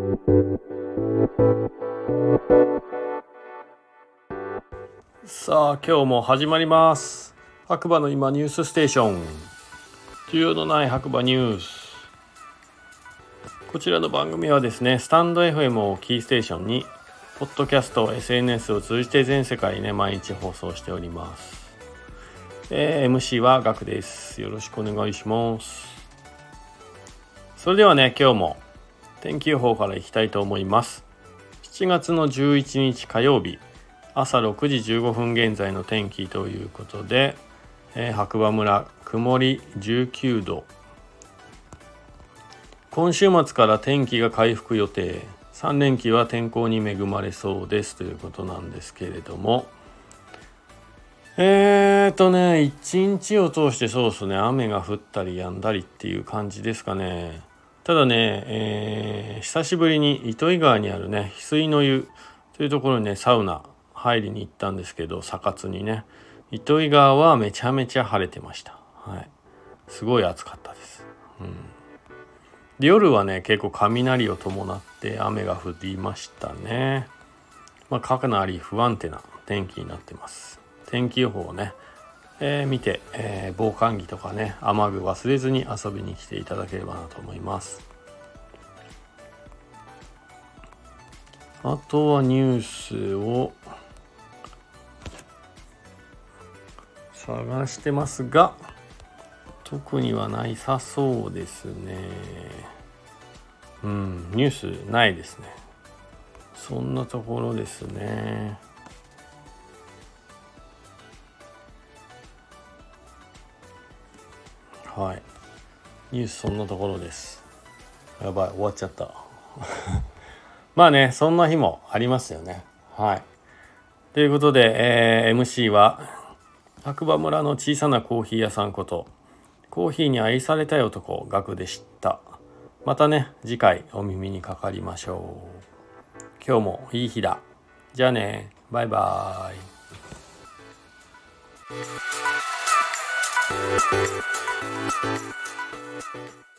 さあ今日も始まります。白馬の今ニュースステーション、需要のない白馬ニュース。こちらの番組はですね、スタンド FM をキーステーションにポッドキャスト、SNS を通じて全世界ね毎日放送しております。MC はガクです。よろしくお願いします。それではね、今日も天気予報からいきたいと思います。7月の11日火曜日、朝6時15分現在の天気ということで、白馬村曇り19度。今週末から天気が回復予定。3連休は天候に恵まれそうですということなんですけれども、一日を通してそうですね、雨が降ったり止んだりっていう感じですかね。ただね、久しぶりに糸魚川にあるね翡翠の湯というところにねサウナ入りに行ったんですけど、草津にね、糸魚川はめちゃめちゃ晴れてました。はい、すごい暑かったです。で夜はね結構雷を伴って雨が降りましたね。かなり不安定な天気になってます。天気予報をね、見て、防寒着とかね雨具忘れずに遊びに来ていただければなと思います。あとはニュースを探してますが、特にはないさそうですね。ニュースないですね。そんなところですね。はい、ニュースそんなところです。やばい、終わっちゃったまあね、そんな日もありますよね。はい、ということで、MC は白馬村の小さなコーヒー屋さんことコーヒーに愛されたい男ガクでした。またね次回お耳にかかりましょう。今日もいい日だ。じゃあね、バイバイ。